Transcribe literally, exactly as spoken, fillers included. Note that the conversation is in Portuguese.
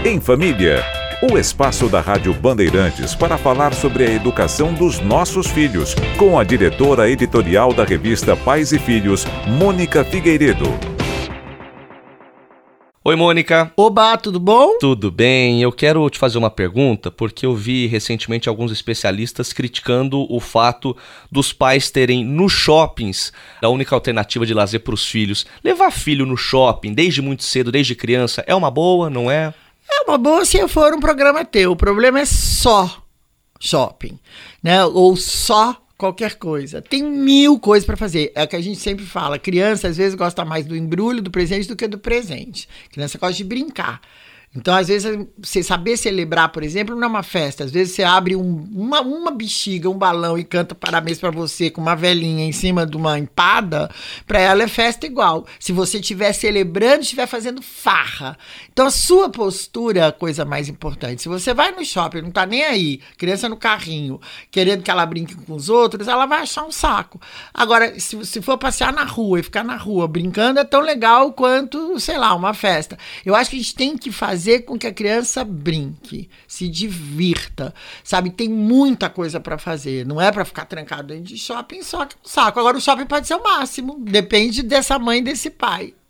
Em Família, o espaço da Rádio Bandeirantes para falar sobre a educação dos nossos filhos, com a diretora editorial da revista Pais e Filhos, Mônica Figueiredo. Oi, Mônica. Oba, tudo bom? Tudo bem. Eu quero te fazer uma pergunta, porque eu vi recentemente alguns especialistas criticando o fato dos pais terem nos shoppings a única alternativa de lazer para os filhos. Levar filho no shopping desde muito cedo, desde criança, é uma boa, não é? É uma boa se for um programa teu. O problema é só shopping, né? Ou só qualquer coisa. Tem mil coisas para fazer. É o que a gente sempre fala. Criança, às vezes, gosta mais do embrulho do presente do que do presente. Criança gosta de brincar. Então, às vezes, você saber celebrar, por exemplo, não é uma festa. Às vezes, você abre um, uma, uma bexiga, um balão e canta parabéns para você com uma velhinha em cima de uma empada, para ela é festa igual. Se você estiver celebrando, estiver fazendo farra. Então, a sua postura é a coisa mais importante. Se você vai no shopping, não tá nem aí, criança no carrinho, querendo que ela brinque com os outros, ela vai achar um saco. Agora, se, se for passear na rua e ficar na rua brincando, é tão legal quanto, sei lá, uma festa. Eu acho que a gente tem que fazer fazer com que a criança brinque, se divirta, sabe? Tem muita coisa para fazer, não é para ficar trancado dentro de shopping só que é um saco. Agora o shopping pode ser o máximo, depende dessa mãe e desse pai.